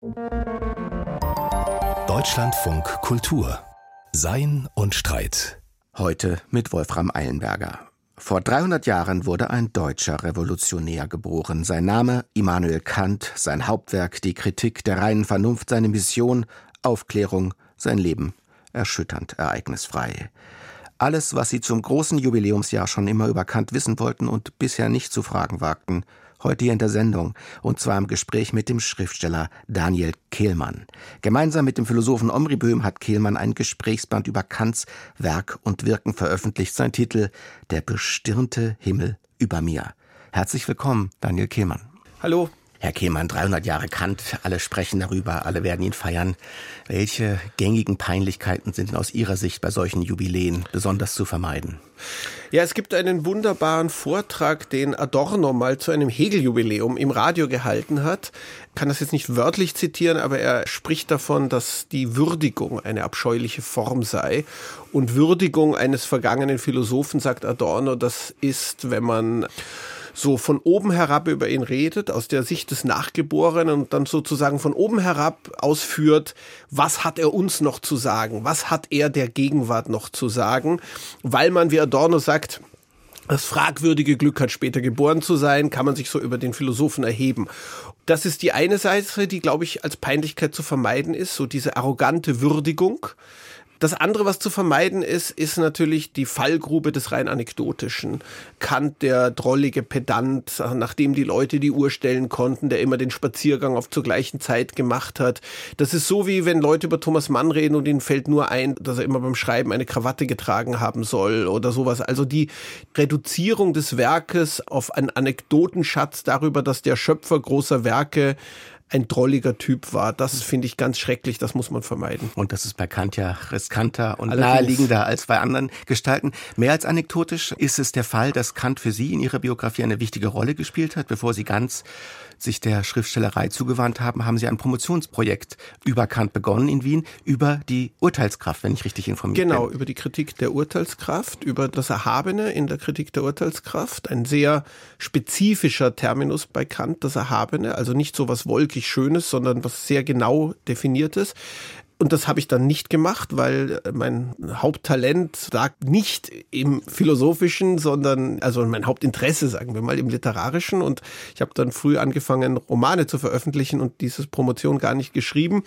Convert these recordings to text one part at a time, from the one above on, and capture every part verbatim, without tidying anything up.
Deutschlandfunk Kultur. Sein und Streit. Heute mit Wolfram Eilenberger. Vor dreihundert Jahren wurde ein deutscher Revolutionär geboren. Sein Name Immanuel Kant, sein Hauptwerk die Kritik der reinen Vernunft, seine Mission Aufklärung, sein Leben erschütternd ereignisfrei. Alles, was Sie zum großen Jubiläumsjahr schon immer über Kant wissen wollten und bisher nicht zu fragen wagten, heute hier in der Sendung, und zwar im Gespräch mit dem Schriftsteller Daniel Kehlmann. Gemeinsam mit dem Philosophen Omri Böhm hat Kehlmann ein Gesprächsband über Kants Werk und Wirken veröffentlicht. Sein Titel »Der bestirnte Himmel über mir«. Herzlich willkommen, Daniel Kehlmann. Hallo. Herr Kehlmann, dreihundert Jahre Kant, alle sprechen darüber, alle werden ihn feiern. Welche gängigen Peinlichkeiten sind denn aus Ihrer Sicht bei solchen Jubiläen besonders zu vermeiden? Ja, es gibt einen wunderbaren Vortrag, den Adorno mal zu einem Hegel-Jubiläum im Radio gehalten hat. Ich kann das jetzt nicht wörtlich zitieren, aber er spricht davon, dass die Würdigung eine abscheuliche Form sei. Und Würdigung eines vergangenen Philosophen, sagt Adorno, das ist, wenn man so von oben herab über ihn redet, aus der Sicht des Nachgeborenen, und dann sozusagen von oben herab ausführt, was hat er uns noch zu sagen, was hat er der Gegenwart noch zu sagen, weil man, wie Adorno sagt, das fragwürdige Glück hat, später geboren zu sein, kann man sich so über den Philosophen erheben. Das ist die eine Seite, die, glaube ich, als Peinlichkeit zu vermeiden ist, so diese arrogante Würdigung. Das andere, was zu vermeiden ist, ist natürlich die Fallgrube des rein Anekdotischen. Kant, der drollige Pedant, nachdem die Leute die Uhr stellen konnten, der immer den Spaziergang auf zur gleichen Zeit gemacht hat. Das ist so, wie wenn Leute über Thomas Mann reden und ihnen fällt nur ein, dass er immer beim Schreiben eine Krawatte getragen haben soll oder sowas. Also die Reduzierung des Werkes auf einen Anekdotenschatz darüber, dass der Schöpfer großer Werke ein drolliger Typ war. Das finde ich ganz schrecklich, das muss man vermeiden. Und das ist bei Kant ja riskanter und Allerdings naheliegender als bei anderen Gestalten. Mehr als anekdotisch ist es der Fall, dass Kant für Sie in Ihrer Biografie eine wichtige Rolle gespielt hat. Bevor Sie ganz sich der Schriftstellerei zugewandt haben, haben Sie ein Promotionsprojekt über Kant begonnen in Wien, über die Urteilskraft, wenn ich richtig informiert genau, bin. Genau, über die Kritik der Urteilskraft, über das Erhabene in der Kritik der Urteilskraft. Ein sehr spezifischer Terminus bei Kant, das Erhabene, also nicht so was wolkig Schönes, sondern was sehr genau Definiertes. Und das habe ich dann nicht gemacht, weil mein Haupttalent lag nicht im Philosophischen, sondern, also mein Hauptinteresse, sagen wir mal, im Literarischen. Und ich habe dann früh angefangen, Romane zu veröffentlichen und diese Promotion gar nicht geschrieben.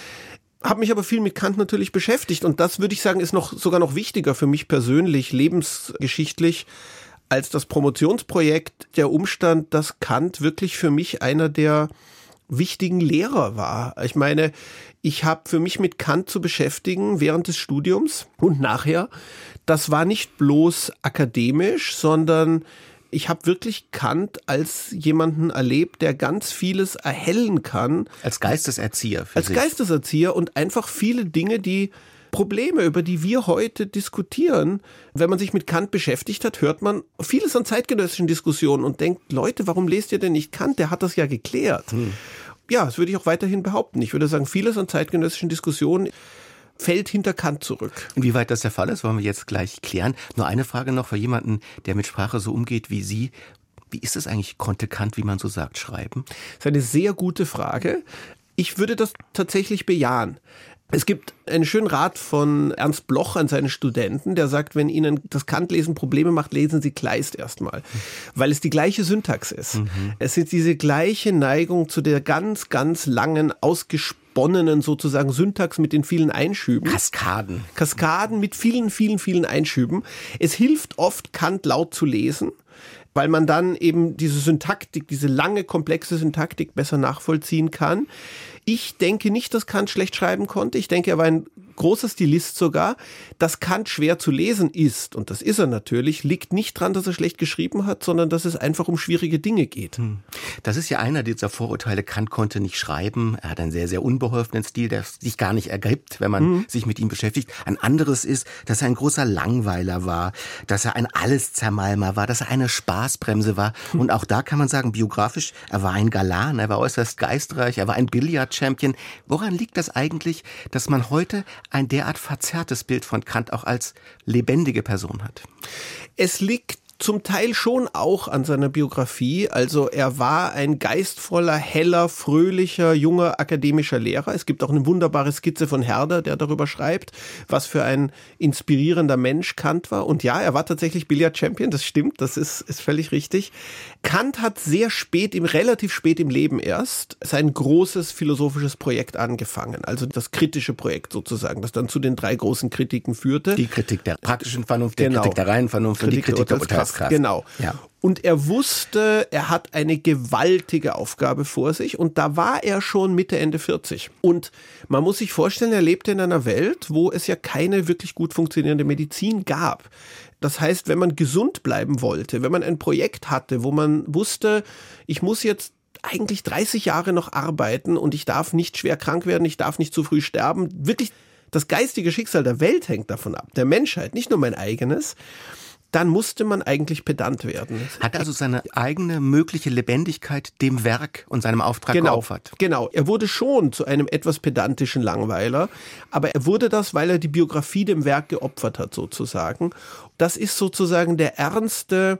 Habe mich aber viel mit Kant natürlich beschäftigt. Und das, würde ich sagen, ist noch sogar noch wichtiger für mich persönlich, lebensgeschichtlich, als das Promotionsprojekt, der Umstand, dass Kant wirklich für mich einer der wichtigen Lehrer war. Ich meine, ich habe für mich mit Kant zu beschäftigen während des Studiums und nachher. Das war nicht bloß akademisch, sondern ich habe wirklich Kant als jemanden erlebt, der ganz vieles erhellen kann. Als Geisteserzieher. Für als sich. Geisteserzieher und einfach viele Dinge, die Probleme, über die wir heute diskutieren. Wenn man sich mit Kant beschäftigt hat, hört man vieles an zeitgenössischen Diskussionen und denkt, Leute, warum lest ihr denn nicht Kant? Der hat das ja geklärt. Hm. Ja, das würde ich auch weiterhin behaupten. Ich würde sagen, vieles an zeitgenössischen Diskussionen fällt hinter Kant zurück. Inwieweit das der Fall ist, wollen wir jetzt gleich klären. Nur eine Frage noch für jemanden, der mit Sprache so umgeht wie Sie. Wie ist es eigentlich, konnte Kant, wie man so sagt, schreiben? Das ist eine sehr gute Frage. Ich würde das tatsächlich bejahen. Es gibt einen schönen Rat von Ernst Bloch an seine Studenten, der sagt, wenn Ihnen das Kantlesen Probleme macht, lesen Sie Kleist erstmal, weil es die gleiche Syntax ist. Mhm. Es ist diese gleiche Neigung zu der ganz, ganz langen, ausgesponnenen sozusagen Syntax mit den vielen Einschüben. Kaskaden. Kaskaden mit vielen, vielen, vielen Einschüben. Es hilft oft, Kant laut zu lesen, weil man dann eben diese Syntaktik, diese lange, komplexe Syntaktik besser nachvollziehen kann. Ich denke nicht, dass Kant schlecht schreiben konnte. Ich denke, er war ein großer Stilist sogar. Dass Kant schwer zu lesen ist, und das ist er natürlich, liegt nicht dran, dass er schlecht geschrieben hat, sondern dass es einfach um schwierige Dinge geht. Das ist ja einer dieser Vorurteile. Kant konnte nicht schreiben. Er hat einen sehr, sehr unbeholfenen Stil, der sich gar nicht ergibt, wenn man mhm. sich mit ihm beschäftigt. Ein anderes ist, dass er ein großer Langweiler war, dass er ein Alleszermalmer war, dass er eine Spaßbremse war. Mhm. Und auch da kann man sagen, biografisch, er war ein Galan, er war äußerst geistreich, er war ein Billard-Champion. Woran liegt das eigentlich, dass man heute ein derart verzerrtes Bild von Kant auch als lebendige Person hat? Es liegt Zum Teil schon auch an seiner Biografie. Also er war ein geistvoller, heller, fröhlicher, junger akademischer Lehrer. Es gibt auch eine wunderbare Skizze von Herder, der darüber schreibt, was für ein inspirierender Mensch Kant war. Und ja, er war tatsächlich Billard-Champion, das stimmt, das ist, ist völlig richtig. Kant hat sehr spät, im relativ spät im Leben erst, sein großes philosophisches Projekt angefangen. Also das kritische Projekt sozusagen, das dann zu den drei großen Kritiken führte. Die Kritik der praktischen Vernunft, die genau. Kritik der reinen Vernunft Kritik und die Kritik der Urteilskraft. Genau. Ja. Und er wusste, er hat eine gewaltige Aufgabe vor sich und da war er schon Mitte, Ende vierzig. Und man muss sich vorstellen, er lebte in einer Welt, wo es ja keine wirklich gut funktionierende Medizin gab. Das heißt, wenn man gesund bleiben wollte, wenn man ein Projekt hatte, wo man wusste, ich muss jetzt eigentlich dreißig Jahre noch arbeiten und ich darf nicht schwer krank werden, ich darf nicht zu früh sterben, wirklich das geistige Schicksal der Welt hängt davon ab, der Menschheit, nicht nur mein eigenes, dann musste man eigentlich pedant werden. Hat also seine eigene mögliche Lebendigkeit dem Werk und seinem Auftrag genau, geopfert. Genau, er wurde schon zu einem etwas pedantischen Langweiler, aber er wurde das, weil er die Biografie dem Werk geopfert hat sozusagen. Das ist sozusagen der ernste,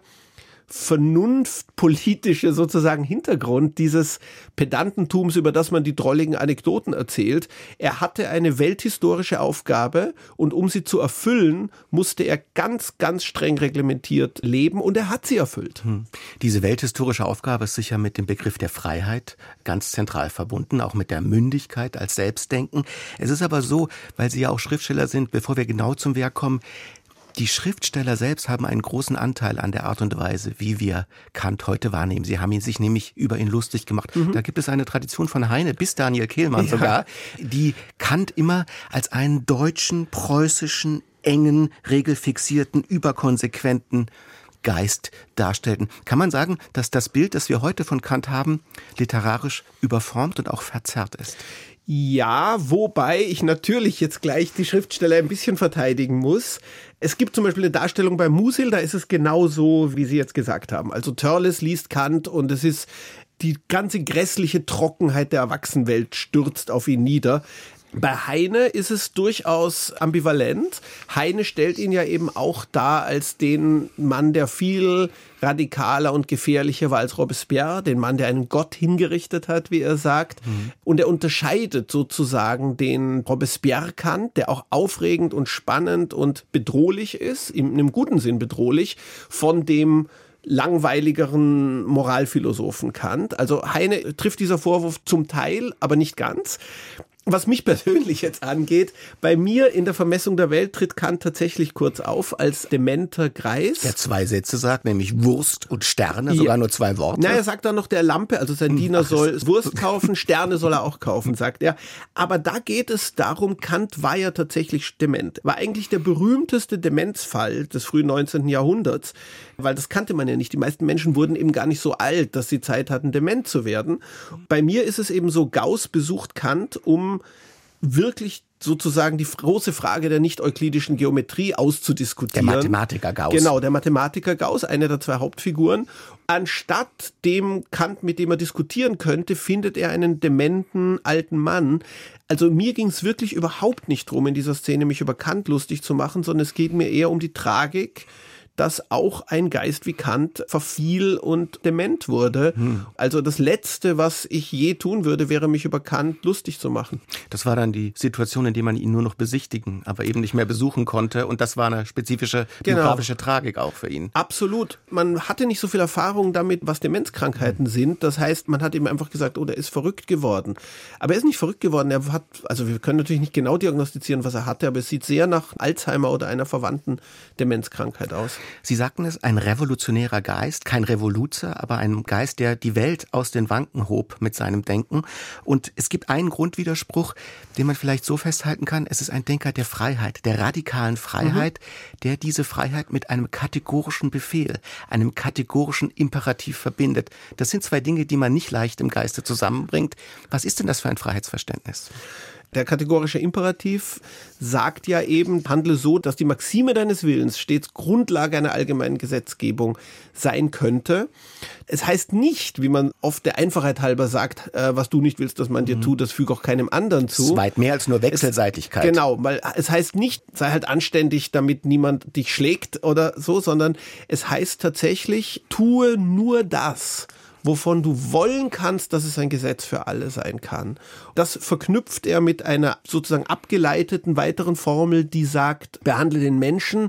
vernunftpolitische sozusagen Hintergrund dieses Pedantentums, über das man die drolligen Anekdoten erzählt. Er hatte eine welthistorische Aufgabe und um sie zu erfüllen, musste er ganz, ganz streng reglementiert leben und er hat sie erfüllt. Hm. Diese welthistorische Aufgabe ist sicher mit dem Begriff der Freiheit ganz zentral verbunden, auch mit der Mündigkeit als Selbstdenken. Es ist aber so, weil Sie ja auch Schriftsteller sind, bevor wir genau zum Werk kommen, die Schriftsteller selbst haben einen großen Anteil an der Art und Weise, wie wir Kant heute wahrnehmen. Sie haben ihn sich nämlich über ihn lustig gemacht. Mhm. Da gibt es eine Tradition von Heine bis Daniel Kehlmann ja. sogar, die Kant immer als einen deutschen, preußischen, engen, regelfixierten, überkonsequenten Geist darstellten. Kann man sagen, dass das Bild, das wir heute von Kant haben, literarisch überformt und auch verzerrt ist? Ja, wobei ich natürlich jetzt gleich die Schriftsteller ein bisschen verteidigen muss. Es gibt zum Beispiel eine Darstellung bei Musil, da ist es genau so, wie Sie jetzt gesagt haben. Also Törles liest Kant und es ist die ganze grässliche Trockenheit der Erwachsenenwelt stürzt auf ihn nieder. Bei Heine ist es durchaus ambivalent. Heine stellt ihn ja eben auch dar als den Mann, der viel radikaler und gefährlicher war als Robespierre, den Mann, der einen Gott hingerichtet hat, wie er sagt. Mhm. Und er unterscheidet sozusagen den Robespierre-Kant, der auch aufregend und spannend und bedrohlich ist, in einem guten Sinn bedrohlich, von dem langweiligeren Moralphilosophen Kant. Also Heine trifft dieser Vorwurf zum Teil, aber nicht ganz. Was mich persönlich jetzt angeht, bei mir in der Vermessung der Welt tritt Kant tatsächlich kurz auf als dementer Greis. Der zwei Sätze sagt, nämlich Wurst und Sterne, ja. sogar nur zwei Worte. Na, er sagt dann noch der Lampe, also sein Diener Ach, soll Wurst kaufen, Sterne soll er auch kaufen, sagt er. Aber da geht es darum, Kant war ja tatsächlich dement. War eigentlich der berühmteste Demenzfall des frühen neunzehnten Jahrhunderts, weil das kannte man ja nicht. Die meisten Menschen wurden eben gar nicht so alt, dass sie Zeit hatten, dement zu werden. Bei mir ist es eben so, Gauss besucht Kant, um wirklich sozusagen die große Frage der nicht-euklidischen Geometrie auszudiskutieren. Der Mathematiker Gauss. Genau, der Mathematiker Gauss, eine der zwei Hauptfiguren. Anstatt dem Kant, mit dem er diskutieren könnte, findet er einen dementen alten Mann. Also mir ging es wirklich überhaupt nicht drum, in dieser Szene mich über Kant lustig zu machen, sondern es geht mir eher um die Tragik, dass auch ein Geist wie Kant verfiel und dement wurde. Hm. Also das Letzte, was ich je tun würde, wäre, mich über Kant lustig zu machen. Das war dann die Situation, in der man ihn nur noch besichtigen, aber eben nicht mehr besuchen konnte. Und das war eine spezifische biografische genau. Tragik auch für ihn. Absolut. Man hatte nicht so viel Erfahrung damit, was Demenzkrankheiten hm. sind. Das heißt, man hat ihm einfach gesagt, oh, der ist verrückt geworden. Aber er ist nicht verrückt geworden. Er hat, also wir können natürlich nicht genau diagnostizieren, was er hatte, aber es sieht sehr nach Alzheimer oder einer verwandten Demenzkrankheit aus. Sie sagten es, ein revolutionärer Geist, kein Revoluzer, aber ein Geist, der die Welt aus den Wanken hob mit seinem Denken. Und es gibt einen Grundwiderspruch, den man vielleicht so festhalten kann. Es ist ein Denker der Freiheit, der radikalen Freiheit, mhm. der diese Freiheit mit einem kategorischen Befehl, einem kategorischen Imperativ verbindet. Das sind zwei Dinge, die man nicht leicht im Geiste zusammenbringt. Was ist denn das für ein Freiheitsverständnis? Der kategorische Imperativ sagt ja eben, handle so, dass die Maxime deines Willens stets Grundlage einer allgemeinen Gesetzgebung sein könnte. Es heißt nicht, wie man oft der Einfachheit halber sagt, äh, was du nicht willst, dass man dir tut, das füge auch keinem anderen zu. Das ist weit mehr als nur Wechselseitigkeit. Es, genau, weil es heißt nicht, sei halt anständig, damit niemand dich schlägt oder so, sondern es heißt tatsächlich, tue nur das, wovon du wollen kannst, dass es ein Gesetz für alle sein kann. Das verknüpft er mit einer sozusagen abgeleiteten weiteren Formel, die sagt, behandle den Menschen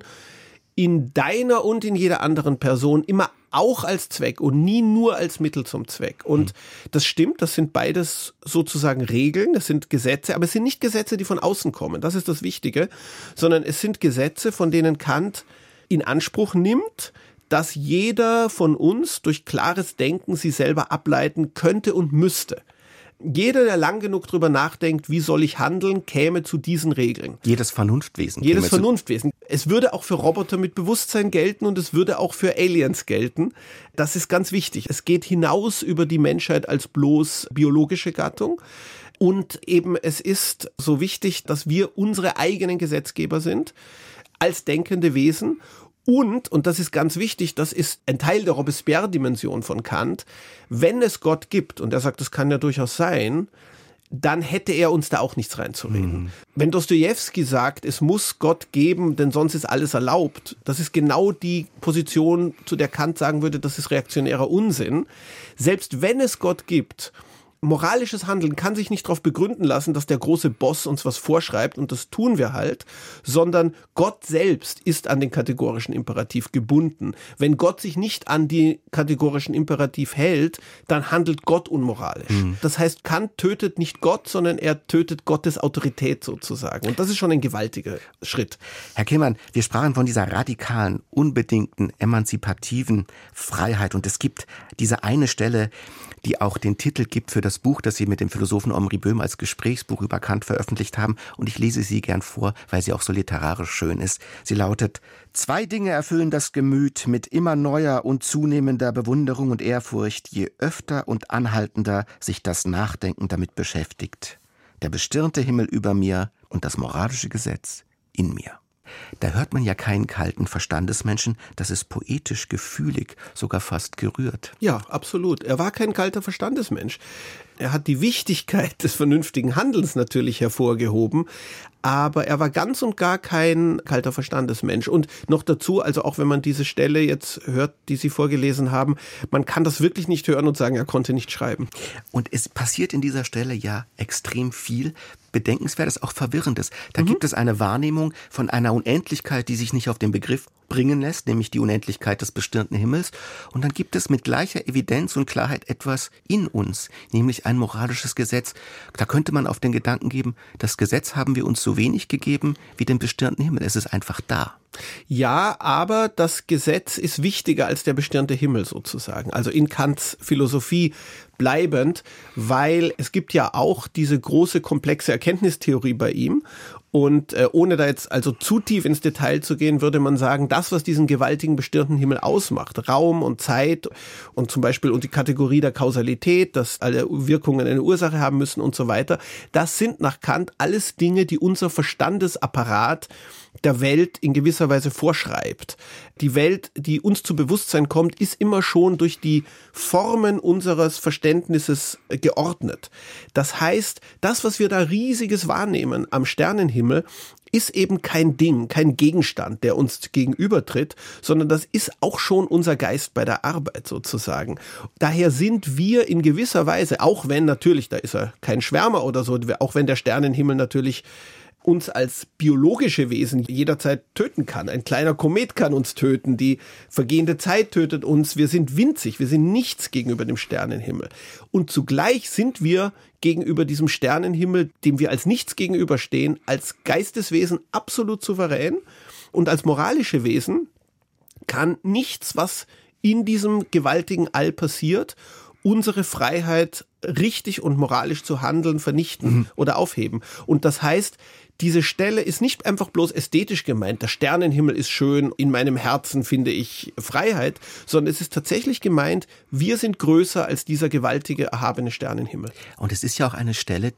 in deiner und in jeder anderen Person immer auch als Zweck und nie nur als Mittel zum Zweck. Und mhm. das stimmt, das sind beides sozusagen Regeln, das sind Gesetze, aber es sind nicht Gesetze, die von außen kommen, das ist das Wichtige, sondern es sind Gesetze, von denen Kant in Anspruch nimmt, dass jeder von uns durch klares Denken sie selber ableiten könnte und müsste. Jeder, der lang genug drüber nachdenkt, wie soll ich handeln, käme zu diesen Regeln. Jedes Vernunftwesen. Jedes Vernunftwesen. Es würde auch für Roboter mit Bewusstsein gelten und es würde auch für Aliens gelten. Das ist ganz wichtig. Es geht hinaus über die Menschheit als bloß biologische Gattung. Und eben es ist so wichtig, dass wir unsere eigenen Gesetzgeber sind, als denkende Wesen. Und, und das ist ganz wichtig, das ist ein Teil der Robespierre-Dimension von Kant, wenn es Gott gibt, und er sagt, das kann ja durchaus sein, dann hätte er uns da auch nichts reinzureden. Mhm. Wenn Dostojewski sagt, es muss Gott geben, denn sonst ist alles erlaubt, das ist genau die Position, zu der Kant sagen würde, das ist reaktionärer Unsinn. Selbst wenn es Gott gibt, moralisches Handeln kann sich nicht darauf begründen lassen, dass der große Boss uns was vorschreibt und das tun wir halt, sondern Gott selbst ist an den kategorischen Imperativ gebunden. Wenn Gott sich nicht an die kategorischen Imperativ hält, dann handelt Gott unmoralisch. Mhm. Das heißt, Kant tötet nicht Gott, sondern er tötet Gottes Autorität sozusagen. Und das ist schon ein gewaltiger Schritt. Herr Kehlmann, wir sprachen von dieser radikalen, unbedingten, emanzipativen Freiheit. Und es gibt diese eine Stelle, die auch den Titel gibt für das Buch, das Sie mit dem Philosophen Omri Böhm als Gesprächsbuch über Kant veröffentlicht haben. Und ich lese sie gern vor, weil sie auch so literarisch schön ist. Sie lautet: Zwei Dinge erfüllen das Gemüt mit immer neuer und zunehmender Bewunderung und Ehrfurcht, je öfter und anhaltender sich das Nachdenken damit beschäftigt. Der bestirnte Himmel über mir und das moralische Gesetz in mir. Da hört man ja keinen kalten Verstandesmenschen, das ist poetisch, gefühlig, sogar fast gerührt. Ja, absolut. Er war kein kalter Verstandesmensch. Er hat die Wichtigkeit des vernünftigen Handelns natürlich hervorgehoben, aber er war ganz und gar kein kalter Verstandesmensch. Und noch dazu, also auch wenn man diese Stelle jetzt hört, die Sie vorgelesen haben, man kann das wirklich nicht hören und sagen, er konnte nicht schreiben. Und es passiert in dieser Stelle ja extrem viel Bedenkenswertes, auch Verwirrendes. Da mhm. gibt es eine Wahrnehmung von einer Unendlichkeit, die sich nicht auf den Begriff bringen lässt, nämlich die Unendlichkeit des bestirnten Himmels. Und dann gibt es mit gleicher Evidenz und Klarheit etwas in uns, nämlich ein moralisches Gesetz. Da könnte man auf den Gedanken geben, das Gesetz haben wir uns so wenig gegeben wie den bestirnten Himmel. Es ist einfach da. Ja, aber das Gesetz ist wichtiger als der bestirnte Himmel sozusagen. Also in Kants Philosophie bleibend, weil es gibt ja auch diese große komplexe Erkenntnistheorie bei ihm. Und äh, ohne da jetzt also zu tief ins Detail zu gehen, würde man sagen, das, was diesen gewaltigen bestirnten Himmel ausmacht, Raum und Zeit und zum Beispiel und die Kategorie der Kausalität, dass alle Wirkungen eine Ursache haben müssen und so weiter, das sind nach Kant alles Dinge, die unser Verstandesapparat der Welt in gewisser Weise vorschreibt. Die Welt, die uns zu Bewusstsein kommt, ist immer schon durch die Formen unseres Verständnisses geordnet. Das heißt, das, was wir da Riesiges wahrnehmen am Sternenhimmel, ist eben kein Ding, kein Gegenstand, der uns gegenübertritt, sondern das ist auch schon unser Geist bei der Arbeit sozusagen. Daher sind wir in gewisser Weise, auch wenn natürlich, da ist er kein Schwärmer oder so, auch wenn der Sternenhimmel natürlich uns als biologische Wesen jederzeit töten kann. Ein kleiner Komet kann uns töten, die vergehende Zeit tötet uns. Wir sind winzig, wir sind nichts gegenüber dem Sternenhimmel. Und zugleich sind wir gegenüber diesem Sternenhimmel, dem wir als nichts gegenüberstehen, als Geisteswesen absolut souverän. Und als moralische Wesen kann nichts, was in diesem gewaltigen All passiert, unsere Freiheit richtig und moralisch zu handeln vernichten mhm. oder aufheben. Und das heißt, diese Stelle ist nicht einfach bloß ästhetisch gemeint, der Sternenhimmel ist schön, in meinem Herzen finde ich Freiheit, sondern es ist tatsächlich gemeint, wir sind größer als dieser gewaltige, erhabene Sternenhimmel. Und es ist ja auch eine Stelle, die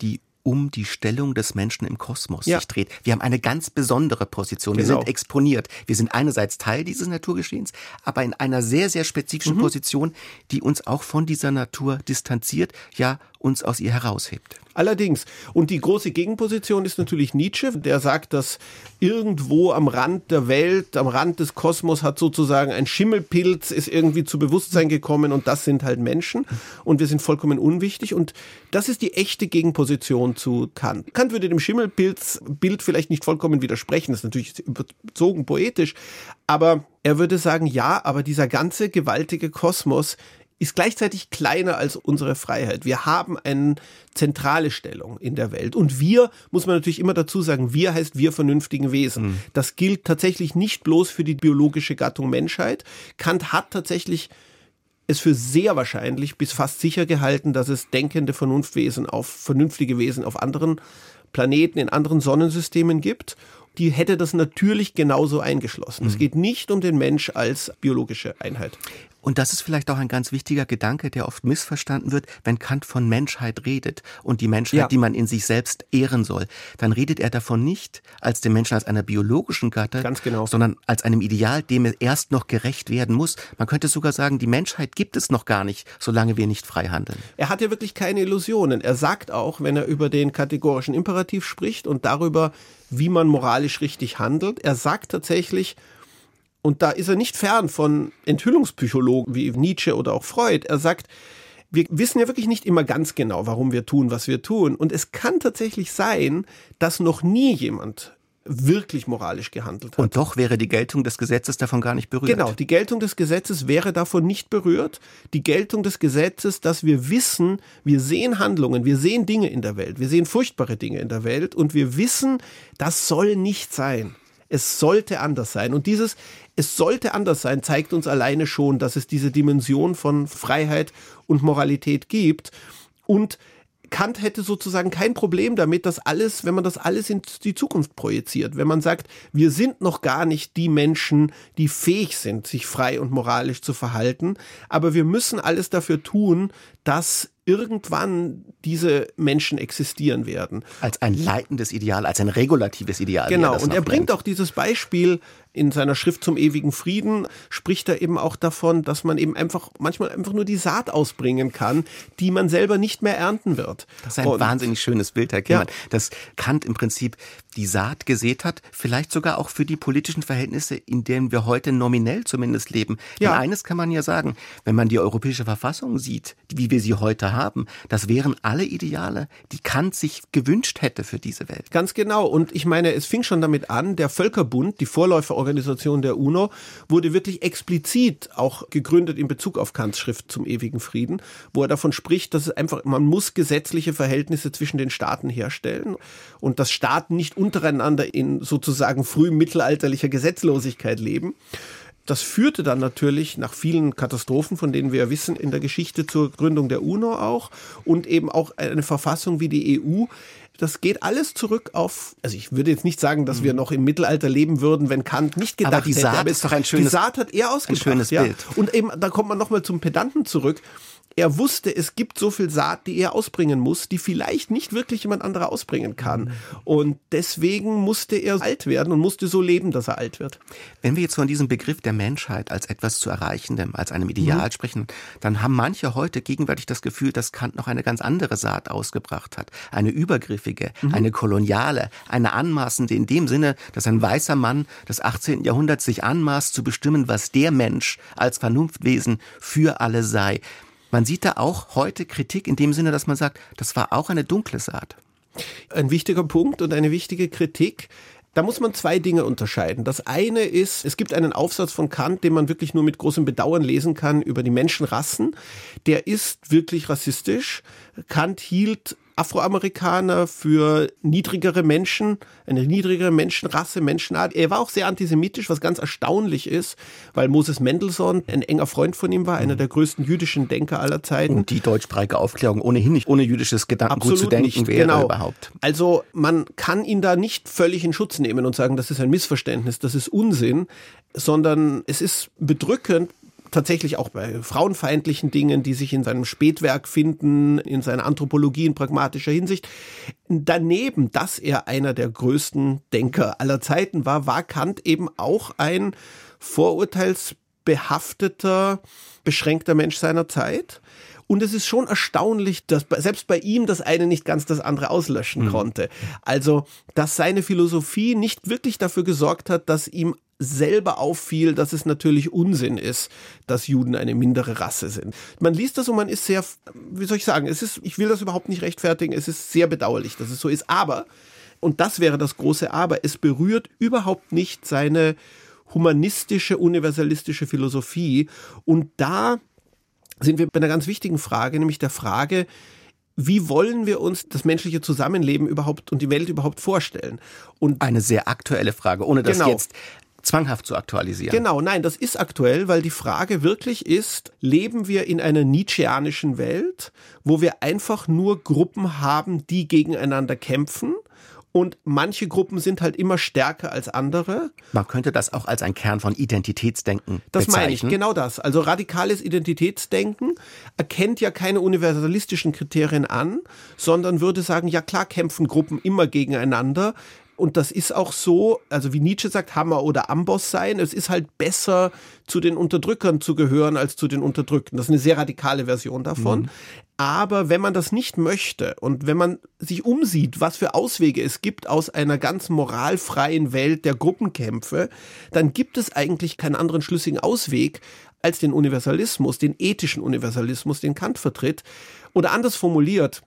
um die Stellung des Menschen im Kosmos ja. sich dreht. Wir haben eine ganz besondere Position. Genau. Wir sind exponiert. Wir sind einerseits Teil dieses Naturgeschehens, aber in einer sehr, sehr spezifischen mhm. Position, die uns auch von dieser Natur distanziert, ja, uns aus ihr heraushebt. Allerdings. Und die große Gegenposition ist natürlich Nietzsche, der sagt, dass irgendwo am Rand der Welt, am Rand des Kosmos hat sozusagen ein Schimmelpilz, ist irgendwie zu Bewusstsein gekommen und das sind halt Menschen und wir sind vollkommen unwichtig und das ist die echte Gegenposition zu Kant. Kant würde dem Schimmelpilzbild vielleicht nicht vollkommen widersprechen, das ist natürlich überzogen poetisch, aber er würde sagen, ja, aber dieser ganze gewaltige Kosmos ist gleichzeitig kleiner als unsere Freiheit. Wir haben eine zentrale Stellung in der Welt. Und wir, muss man natürlich immer dazu sagen, wir heißt wir vernünftigen Wesen. Mhm. Das gilt tatsächlich nicht bloß für die biologische Gattung Menschheit. Kant hat tatsächlich es für sehr wahrscheinlich bis fast sicher gehalten, dass es denkende Vernunftwesen auf, vernünftige Wesen auf anderen Planeten, in anderen Sonnensystemen gibt. Die hätte das natürlich genauso eingeschlossen. Mhm. Es geht nicht um den Mensch als biologische Einheit. Und das ist vielleicht auch ein ganz wichtiger Gedanke, der oft missverstanden wird, wenn Kant von Menschheit redet und die Menschheit, ja. die man in sich selbst ehren soll. Dann redet er davon nicht als den Menschen als einer biologischen Gattung, Ganz genau. sondern als einem Ideal, dem er erst noch gerecht werden muss. Man könnte sogar sagen, die Menschheit gibt es noch gar nicht, solange wir nicht frei handeln. Er hat ja wirklich keine Illusionen. Er sagt auch, wenn er über den kategorischen Imperativ spricht und darüber, wie man moralisch richtig handelt, er sagt tatsächlich, und da ist er nicht fern von Enthüllungspsychologen wie Nietzsche oder auch Freud. Er sagt, wir wissen ja wirklich nicht immer ganz genau, warum wir tun, was wir tun. Und es kann tatsächlich sein, dass noch nie jemand wirklich moralisch gehandelt hat. Und doch wäre die Geltung des Gesetzes davon gar nicht berührt. Genau, die Geltung des Gesetzes wäre davon nicht berührt. Die Geltung des Gesetzes, dass wir wissen, wir sehen Handlungen, wir sehen Dinge in der Welt, wir sehen furchtbare Dinge in der Welt und wir wissen, das soll nicht sein. Es sollte anders sein. Und dieses Es sollte anders sein zeigt uns alleine schon, dass es diese Dimension von Freiheit und Moralität gibt. Und Kant hätte sozusagen kein Problem damit, dass alles, wenn man das alles in die Zukunft projiziert, wenn man sagt, wir sind noch gar nicht die Menschen, die fähig sind, sich frei und moralisch zu verhalten, aber wir müssen alles dafür tun, dass irgendwann diese Menschen existieren werden. Als ein leitendes Ideal, als ein regulatives Ideal. Genau, und er bringt auch dieses Beispiel in seiner Schrift zum ewigen Frieden, spricht er eben auch davon, dass man eben einfach manchmal einfach nur die Saat ausbringen kann, die man selber nicht mehr ernten wird. Das ist ein und, wahnsinnig schönes Bild, Herr Kiemann, ja. dass Kant im Prinzip die Saat gesät hat, vielleicht sogar auch für die politischen Verhältnisse, in denen wir heute nominell zumindest leben. Ja. Denn eines kann man ja sagen, wenn man die Europäische Verfassung sieht, wie wir sie heute haben, das wären alle Ideale, die Kant sich gewünscht hätte für diese Welt. Ganz genau. Und ich meine, es fing schon damit an, der Völkerbund, die Vorläuferorganisation der UNO, wurde wirklich explizit auch gegründet in Bezug auf Kants Schrift zum ewigen Frieden, wo er davon spricht, dass es einfach, man muss gesetzliche Verhältnisse zwischen den Staaten herstellen und dass Staaten nicht untereinander in sozusagen frühmittelalterlicher Gesetzlosigkeit leben. Das führte dann natürlich nach vielen Katastrophen, von denen wir wissen, in der Geschichte zur Gründung der UNO auch und eben auch eine Verfassung wie die E U. Das geht alles zurück auf, also ich würde jetzt nicht sagen, dass wir noch im Mittelalter leben würden, wenn Kant nicht gedacht aber die Saat hätte. Aber ist doch ein schönes, die Saat hat er ausgebracht. Ein schönes ja. Bild. Und eben, da kommt man nochmal zum Pedanten zurück. Er wusste, es gibt so viel Saat, die er ausbringen muss, die vielleicht nicht wirklich jemand anderer ausbringen kann. Und deswegen musste er alt werden und musste so leben, dass er alt wird. Wenn wir jetzt von diesem Begriff der Menschheit als etwas zu Erreichendem, als einem Ideal mhm. sprechen, dann haben manche heute gegenwärtig das Gefühl, dass Kant noch eine ganz andere Saat ausgebracht hat. Eine übergriffige, mhm. eine koloniale, eine anmaßende in dem Sinne, dass ein weißer Mann des achtzehnten Jahrhunderts sich anmaßt zu bestimmen, was der Mensch als Vernunftwesen für alle sei. Man sieht da auch heute Kritik in dem Sinne, dass man sagt, das war auch eine dunkle Saat. Ein wichtiger Punkt und eine wichtige Kritik. Da muss man zwei Dinge unterscheiden. Das eine ist, es gibt einen Aufsatz von Kant, den man wirklich nur mit großem Bedauern lesen kann, über die Menschenrassen. Der ist wirklich rassistisch. Kant hielt Afroamerikaner für niedrigere Menschen, eine niedrigere Menschenrasse, Menschenart. Er war auch sehr antisemitisch, was ganz erstaunlich ist, weil Moses Mendelssohn ein enger Freund von ihm war, einer der größten jüdischen Denker aller Zeiten. Und die deutschsprachige Aufklärung ohnehin nicht ohne jüdisches Gedankengut Absolut zu denken nicht, wäre genau. überhaupt. Also man kann ihn da nicht völlig in Schutz nehmen und sagen, das ist ein Missverständnis, das ist Unsinn, sondern es ist bedrückend, tatsächlich auch bei frauenfeindlichen Dingen, die sich in seinem Spätwerk finden, in seiner Anthropologie in pragmatischer Hinsicht. Daneben, dass er einer der größten Denker aller Zeiten war, war Kant eben auch ein vorurteilsbehafteter, beschränkter Mensch seiner Zeit. Und es ist schon erstaunlich, dass selbst bei ihm das eine nicht ganz das andere auslöschen mhm. konnte. Also, dass seine Philosophie nicht wirklich dafür gesorgt hat, dass ihm selber auffiel, dass es natürlich Unsinn ist, dass Juden eine mindere Rasse sind. Man liest das und man ist sehr, wie soll ich sagen, es ist, ich will das überhaupt nicht rechtfertigen, es ist sehr bedauerlich, dass es so ist. Aber, und das wäre das große Aber, es berührt überhaupt nicht seine humanistische, universalistische Philosophie. Und da sind wir bei einer ganz wichtigen Frage, nämlich der Frage, wie wollen wir uns das menschliche Zusammenleben überhaupt und die Welt überhaupt vorstellen? Und eine sehr aktuelle Frage, ohne das genau. jetzt zwanghaft zu aktualisieren. Genau, nein, das ist aktuell, weil die Frage wirklich ist, leben wir in einer nietzscheanischen Welt, wo wir einfach nur Gruppen haben, die gegeneinander kämpfen? Und manche Gruppen sind halt immer stärker als andere. Man könnte das auch als ein Kern von Identitätsdenken das bezeichnen. meine ich, genau das. Also radikales Identitätsdenken erkennt ja keine universalistischen Kriterien an, sondern würde sagen, ja klar kämpfen Gruppen immer gegeneinander. Und das ist auch so, also wie Nietzsche sagt, Hammer oder Amboss sein. Es ist halt besser, zu den Unterdrückern zu gehören, als zu den Unterdrückten. Das ist eine sehr radikale Version davon. Mhm. Aber wenn man das nicht möchte und wenn man sich umsieht, was für Auswege es gibt aus einer ganz moralfreien Welt der Gruppenkämpfe, dann gibt es eigentlich keinen anderen schlüssigen Ausweg als den Universalismus, den ethischen Universalismus, den Kant vertritt. Oder anders formuliert,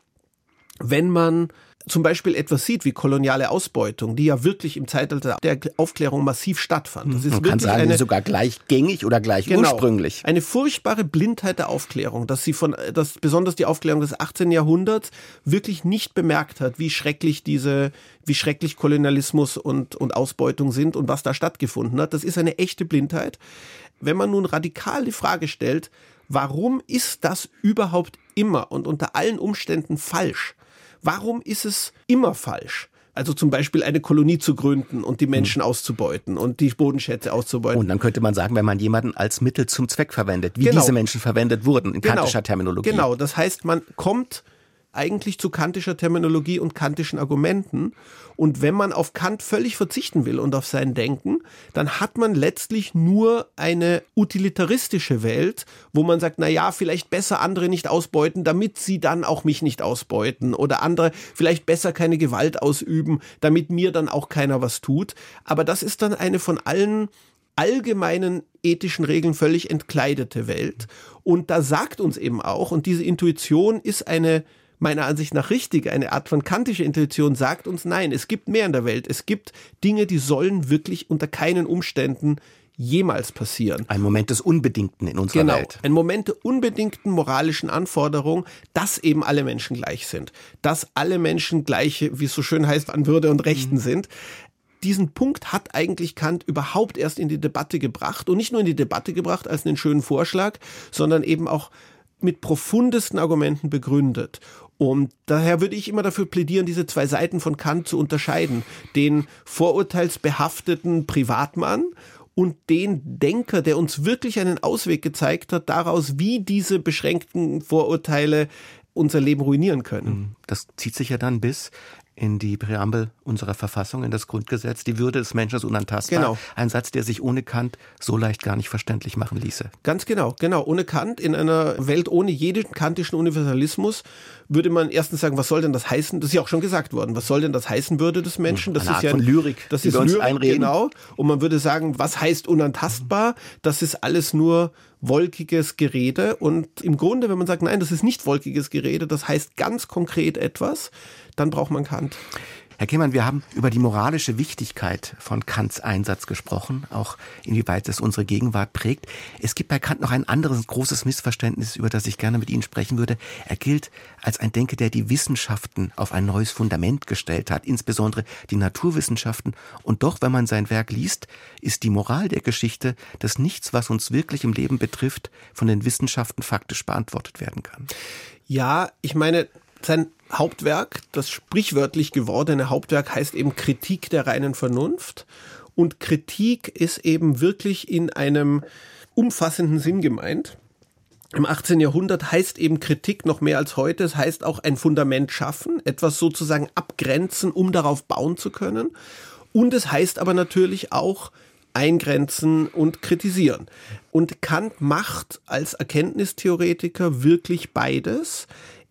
wenn man zum Beispiel etwas sieht wie koloniale Ausbeutung, die ja wirklich im Zeitalter der Aufklärung massiv stattfand. Das ist Man kann wirklich sagen, eine, sogar gleich gängig oder gleich genau, ursprünglich. Eine furchtbare Blindheit der Aufklärung, dass sie von, dass besonders die Aufklärung des achtzehnten Jahrhunderts wirklich nicht bemerkt hat, wie schrecklich diese, wie schrecklich Kolonialismus und, und Ausbeutung sind und was da stattgefunden hat. Das ist eine echte Blindheit. Wenn man nun radikal die Frage stellt, warum ist das überhaupt immer und unter allen Umständen falsch? Warum ist es immer falsch? Also zum Beispiel eine Kolonie zu gründen und die Menschen hm. auszubeuten und die Bodenschätze auszubeuten. Und dann könnte man sagen, wenn man jemanden als Mittel zum Zweck verwendet, wie genau. diese Menschen verwendet wurden, in genau. kantischer Terminologie. Genau, das heißt, man kommt eigentlich zu kantischer Terminologie und kantischen Argumenten. Und wenn man auf Kant völlig verzichten will und auf sein Denken, dann hat man letztlich nur eine utilitaristische Welt, wo man sagt, na ja, vielleicht besser andere nicht ausbeuten, damit sie dann auch mich nicht ausbeuten. Oder andere vielleicht besser keine Gewalt ausüben, damit mir dann auch keiner was tut. Aber das ist dann eine von allen allgemeinen ethischen Regeln völlig entkleidete Welt. Und da sagt uns eben auch, und diese Intuition ist eine meiner Ansicht nach richtig, eine Art von kantischer Intuition sagt uns, nein, es gibt mehr in der Welt. Es gibt Dinge, die sollen wirklich unter keinen Umständen jemals passieren. Ein Moment des Unbedingten in unserer genau, Welt. Ein Moment der unbedingten moralischen Anforderung, dass eben alle Menschen gleich sind. Dass alle Menschen gleiche, wie es so schön heißt, an Würde und Rechten mhm. sind. Diesen Punkt hat eigentlich Kant überhaupt erst in die Debatte gebracht. Und nicht nur in die Debatte gebracht als einen schönen Vorschlag, sondern eben auch mit profundesten Argumenten begründet. Und daher würde ich immer dafür plädieren, diese zwei Seiten von Kant zu unterscheiden. Den vorurteilsbehafteten Privatmann und den Denker, der uns wirklich einen Ausweg gezeigt hat, daraus, wie diese beschränkten Vorurteile unser Leben ruinieren können. Das zieht sich ja dann bis in die Präambel unserer Verfassung, in das Grundgesetz. Die Würde des Menschen ist unantastbar. Genau. Ein Satz, der sich ohne Kant so leicht gar nicht verständlich machen ließe. Ganz genau, genau. Ohne Kant, in einer Welt ohne jeden kantischen Universalismus, würde man erstens sagen, was soll denn das heißen? Das ist ja auch schon gesagt worden. Was soll denn das heißen, Würde des Menschen? Das Eine ist Art ja von Lyrik, das die ist wir uns Lyrik, einreden. Genau. Und man würde sagen, was heißt unantastbar? Das ist alles nur wolkiges Gerede. Und im Grunde, wenn man sagt, nein, das ist nicht wolkiges Gerede, das heißt ganz konkret etwas, dann braucht man Kant. Herr Kehlmann, wir haben über die moralische Wichtigkeit von Kants Einsatz gesprochen, auch inwieweit es unsere Gegenwart prägt. Es gibt bei Kant noch ein anderes großes Missverständnis, über das ich gerne mit Ihnen sprechen würde. Er gilt als ein Denker, der die Wissenschaften auf ein neues Fundament gestellt hat, insbesondere die Naturwissenschaften. Und doch, wenn man sein Werk liest, ist die Moral der Geschichte, dass nichts, was uns wirklich im Leben betrifft, von den Wissenschaften faktisch beantwortet werden kann. Ja, ich meine, sein Hauptwerk, das sprichwörtlich gewordene Hauptwerk, heißt eben Kritik der reinen Vernunft. Und Kritik ist eben wirklich in einem umfassenden Sinn gemeint. Im achtzehnten Jahrhundert heißt eben Kritik noch mehr als heute. Es heißt auch ein Fundament schaffen, etwas sozusagen abgrenzen, um darauf bauen zu können. Und es heißt aber natürlich auch eingrenzen und kritisieren. Und Kant macht als Erkenntnistheoretiker wirklich beides.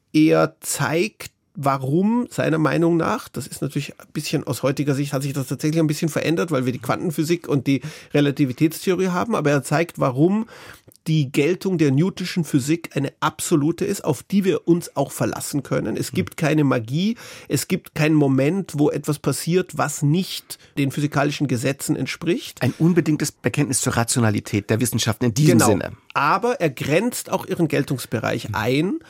Er zeigt, warum seiner Meinung nach, das ist natürlich ein bisschen aus heutiger Sicht, hat sich das tatsächlich ein bisschen verändert, weil wir die Quantenphysik und die Relativitätstheorie haben, aber er zeigt, warum die Geltung der Newtonschen Physik eine absolute ist, auf die wir uns auch verlassen können. Es gibt keine Magie, es gibt keinen Moment, wo etwas passiert, was nicht den physikalischen Gesetzen entspricht. Ein unbedingtes Bekenntnis zur Rationalität der Wissenschaften in diesem genau. Sinne. Aber er grenzt auch ihren Geltungsbereich ein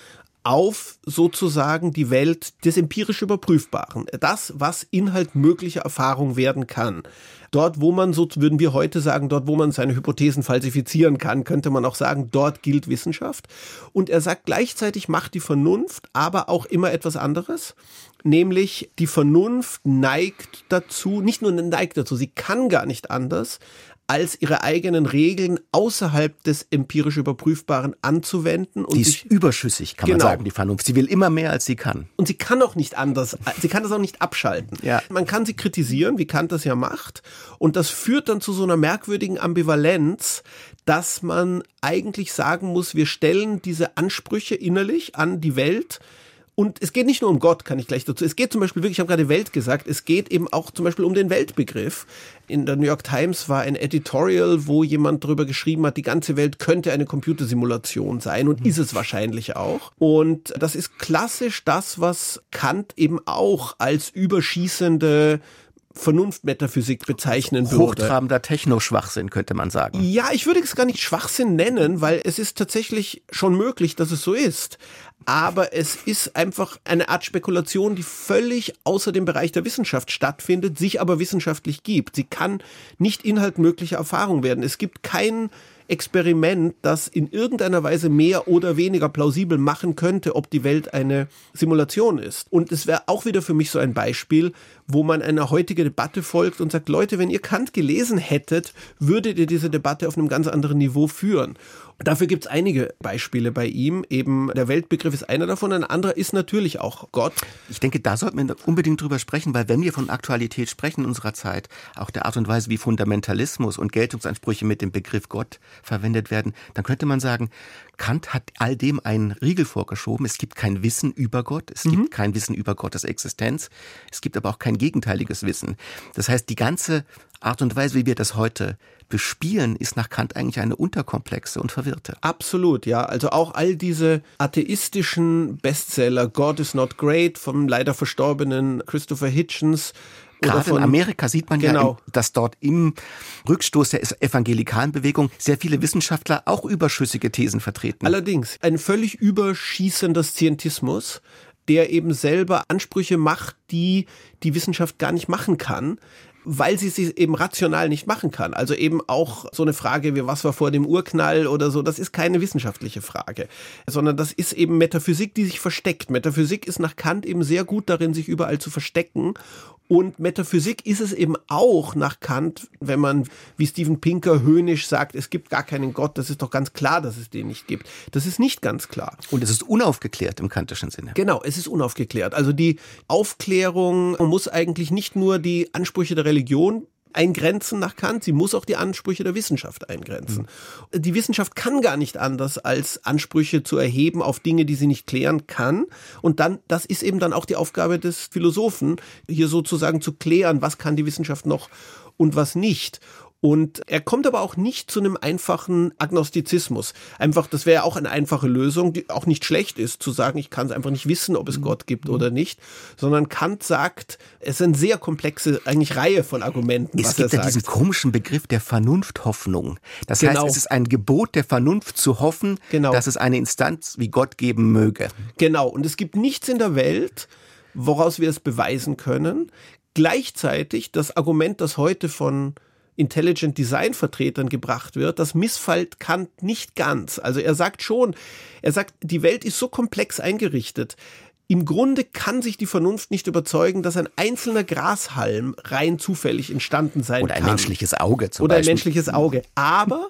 auf sozusagen die Welt des empirisch Überprüfbaren. Das, was Inhalt möglicher Erfahrung werden kann. Dort, wo man, so würden wir heute sagen, dort, wo man seine Hypothesen falsifizieren kann, könnte man auch sagen, dort gilt Wissenschaft. Und er sagt gleichzeitig, macht die Vernunft aber auch immer etwas anderes. Nämlich die Vernunft neigt dazu, nicht nur neigt dazu, sie kann gar nicht anders, als ihre eigenen Regeln außerhalb des empirisch Überprüfbaren anzuwenden. Und die ist sich, überschüssig, kann genau. man sagen, die Vernunft. Sie will immer mehr, als sie kann. Und sie kann auch nicht anders, sie kann das auch nicht abschalten. Ja. Man kann sie kritisieren, wie Kant das ja macht. Und das führt dann zu so einer merkwürdigen Ambivalenz, dass man eigentlich sagen muss, wir stellen diese Ansprüche innerlich an die Welt. Und es geht nicht nur um Gott, kann ich gleich dazu. Es geht zum Beispiel wirklich, ich habe gerade Welt gesagt, es geht eben auch zum Beispiel um den Weltbegriff. In der New York Times war ein Editorial, wo jemand darüber geschrieben hat, die ganze Welt könnte eine Computersimulation sein und mhm. ist es wahrscheinlich auch. Und das ist klassisch das, was Kant eben auch als überschießende Vernunftmetaphysik bezeichnen würde. Hochtrabender Techno-Schwachsinn, könnte man sagen. Ja, ich würde es gar nicht Schwachsinn nennen, weil es ist tatsächlich schon möglich, dass es so ist. Aber es ist einfach eine Art Spekulation, die völlig außer dem Bereich der Wissenschaft stattfindet, sich aber wissenschaftlich gibt. Sie kann nicht Inhalt möglicher Erfahrung werden. Es gibt kein Experiment, das in irgendeiner Weise mehr oder weniger plausibel machen könnte, ob die Welt eine Simulation ist. Und es wäre auch wieder für mich so ein Beispiel, wo man einer heutigen Debatte folgt und sagt, Leute, wenn ihr Kant gelesen hättet, würdet ihr diese Debatte auf einem ganz anderen Niveau führen. Dafür gibt es einige Beispiele bei ihm. Eben der Weltbegriff ist einer davon, ein anderer ist natürlich auch Gott. Ich denke, da sollten wir unbedingt drüber sprechen, weil wenn wir von Aktualität sprechen in unserer Zeit, auch der Art und Weise, wie Fundamentalismus und Geltungsansprüche mit dem Begriff Gott verwendet werden, dann könnte man sagen, Kant hat all dem einen Riegel vorgeschoben. Es gibt kein Wissen über Gott, es mhm. gibt kein Wissen über Gottes Existenz, es gibt aber auch kein gegenteiliges Wissen. Das heißt, die ganze Art und Weise, wie wir das heute bespielen, ist nach Kant eigentlich eine unterkomplexe und verwirrte. Absolut, ja. Also auch all diese atheistischen Bestseller, God is not great, vom leider verstorbenen Christopher Hitchens. Gerade in Amerika sieht man genau. ja, dass dort im Rückstoß der evangelikalen Bewegung sehr viele Wissenschaftler auch überschüssige Thesen vertreten. Allerdings, ein völlig überschießender Scientismus, der eben selber Ansprüche macht, die die Wissenschaft gar nicht machen kann, weil sie sie eben rational nicht machen kann. Also eben auch so eine Frage wie, was war vor dem Urknall oder so, das ist keine wissenschaftliche Frage, sondern das ist eben Metaphysik, die sich versteckt. Metaphysik ist nach Kant eben sehr gut darin, sich überall zu verstecken. Und Metaphysik ist es eben auch nach Kant, wenn man wie Steven Pinker höhnisch sagt, es gibt gar keinen Gott, das ist doch ganz klar, dass es den nicht gibt. Das ist nicht ganz klar. Und es ist unaufgeklärt im kantischen Sinne. Genau, es ist unaufgeklärt. Also die Aufklärung muss eigentlich nicht nur die Ansprüche der Religion eingrenzen nach Kant, sie muss auch die Ansprüche der Wissenschaft eingrenzen. Mhm. Die Wissenschaft kann gar nicht anders, als Ansprüche zu erheben auf Dinge, die sie nicht klären kann. Und dann, das ist eben dann auch die Aufgabe des Philosophen, hier sozusagen zu klären, was kann die Wissenschaft noch und was nicht. Und er kommt aber auch nicht zu einem einfachen Agnostizismus. Einfach, das wäre ja auch eine einfache Lösung, die auch nicht schlecht ist, zu sagen, ich kann es einfach nicht wissen, ob es Gott gibt oder nicht. Sondern Kant sagt, es ist eine sehr komplexe, eigentlich Reihe von Argumenten, es was er sagt. Es gibt ja diesen komischen Begriff der Vernunfthoffnung. Das genau. heißt, es ist ein Gebot der Vernunft zu hoffen, genau. dass es eine Instanz wie Gott geben möge. Genau, und es gibt nichts in der Welt, woraus wir es beweisen können. Gleichzeitig das Argument, das heute von Intelligent Design Vertretern gebracht wird, das missfällt Kant nicht ganz. Also er sagt schon, er sagt, die Welt ist so komplex eingerichtet. Im Grunde kann sich die Vernunft nicht überzeugen, dass ein einzelner Grashalm rein zufällig entstanden sein Oder ein kann. menschliches Auge zum Oder Beispiel. ein menschliches Auge. Aber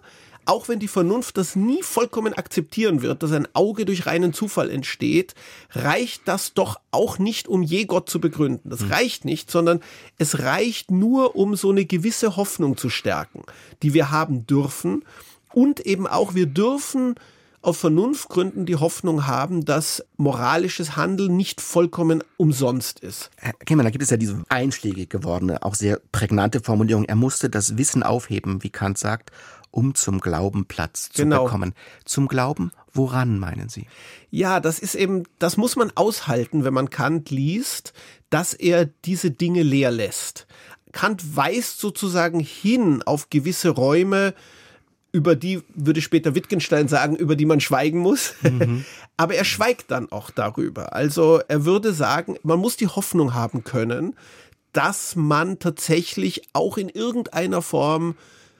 auch wenn die Vernunft das nie vollkommen akzeptieren wird, dass ein Auge durch reinen Zufall entsteht, reicht das doch auch nicht, um je Gott zu begründen. Das reicht nicht, sondern es reicht nur, um so eine gewisse Hoffnung zu stärken, die wir haben dürfen. Und eben auch, wir dürfen auf Vernunftgründen die Hoffnung haben, dass moralisches Handeln nicht vollkommen umsonst ist. Herr Kehlmann, da gibt es ja diese einschlägig gewordene, auch sehr prägnante Formulierung. Er musste das Wissen aufheben, wie Kant sagt, um zum Glauben Platz zu genau. bekommen. Zum Glauben, woran meinen Sie? Ja, das ist eben, das muss man aushalten, wenn man Kant liest, dass er diese Dinge leer lässt. Kant weist sozusagen hin auf gewisse Räume, über die, würde später Wittgenstein sagen, über die man schweigen muss. Mhm. Aber er schweigt dann auch darüber. Also er würde sagen, man muss die Hoffnung haben können, dass man tatsächlich auch in irgendeiner Form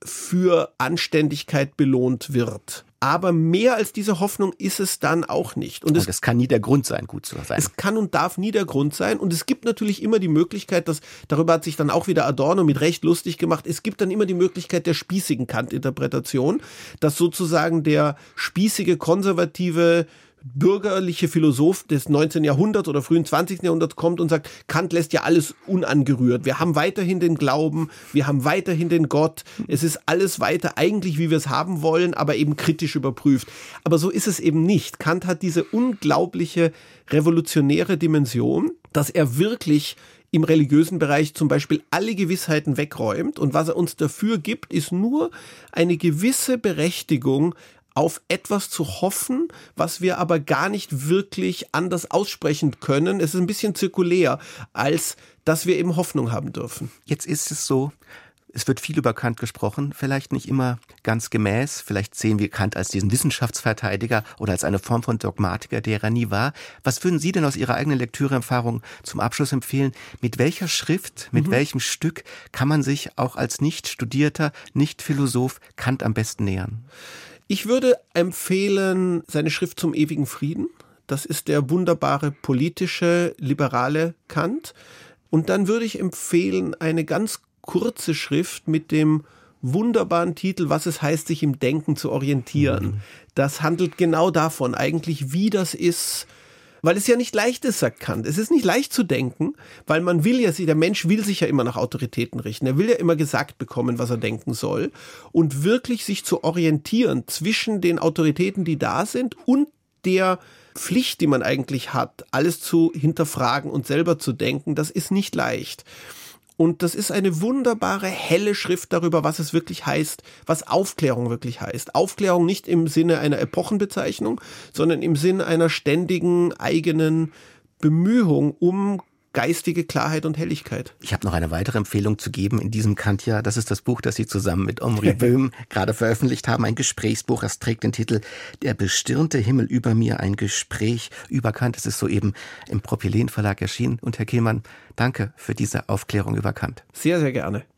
für Anständigkeit belohnt wird. Aber mehr als diese Hoffnung ist es dann auch nicht. Und es, und es kann nie der Grund sein, gut zu sein. Es kann und darf nie der Grund sein. Und es gibt natürlich immer die Möglichkeit, dass, darüber hat sich dann auch wieder Adorno mit Recht lustig gemacht, es gibt dann immer die Möglichkeit der spießigen Kant-Interpretation, dass sozusagen der spießige, konservative, bürgerliche Philosoph des neunzehnten Jahrhunderts oder frühen zwanzigsten Jahrhunderts kommt und sagt, Kant lässt ja alles unangerührt. Wir haben weiterhin den Glauben, wir haben weiterhin den Gott. Es ist alles weiter eigentlich, wie wir es haben wollen, aber eben kritisch überprüft. Aber so ist es eben nicht. Kant hat diese unglaubliche revolutionäre Dimension, dass er wirklich im religiösen Bereich zum Beispiel alle Gewissheiten wegräumt. Und was er uns dafür gibt, ist nur eine gewisse Berechtigung, auf etwas zu hoffen, was wir aber gar nicht wirklich anders aussprechen können. Es ist ein bisschen zirkulär, als dass wir eben Hoffnung haben dürfen. Jetzt ist es so, es wird viel über Kant gesprochen, vielleicht nicht immer ganz gemäß. Vielleicht sehen wir Kant als diesen Wissenschaftsverteidiger oder als eine Form von Dogmatiker, der er nie war. Was würden Sie denn aus Ihrer eigenen Lektüreerfahrung zum Abschluss empfehlen? Mit welcher Schrift, mit mhm. welchem Stück kann man sich auch als nicht studierter, nicht Philosoph Kant am besten nähern? Ich würde empfehlen, seine Schrift zum ewigen Frieden. Das ist der wunderbare politische, liberale Kant. Und dann würde ich empfehlen, eine ganz kurze Schrift mit dem wunderbaren Titel, was es heißt, sich im Denken zu orientieren. Mhm. Das handelt genau davon, eigentlich wie das ist, weil es ja nicht leicht ist, sagt Kant. Es ist nicht leicht zu denken, weil man will ja, der Mensch will sich ja immer nach Autoritäten richten. Er will ja immer gesagt bekommen, was er denken soll. Und wirklich sich zu orientieren zwischen den Autoritäten, die da sind, und der Pflicht, die man eigentlich hat, alles zu hinterfragen und selber zu denken, das ist nicht leicht. Und das ist eine wunderbare, helle Schrift darüber, was es wirklich heißt, was Aufklärung wirklich heißt. Aufklärung nicht im Sinne einer Epochenbezeichnung, sondern im Sinne einer ständigen eigenen Bemühung um geistige Klarheit und Helligkeit. Ich habe noch eine weitere Empfehlung zu geben in diesem Kantjahr. Das ist das Buch, das Sie zusammen mit Omri Böhm gerade veröffentlicht haben. Ein Gesprächsbuch, das trägt den Titel Der bestirnte Himmel über mir, ein Gespräch über Kant. Es ist soeben im Propyläen Verlag erschienen. Und Herr Kehlmann, danke für diese Aufklärung über Kant. Sehr, sehr gerne.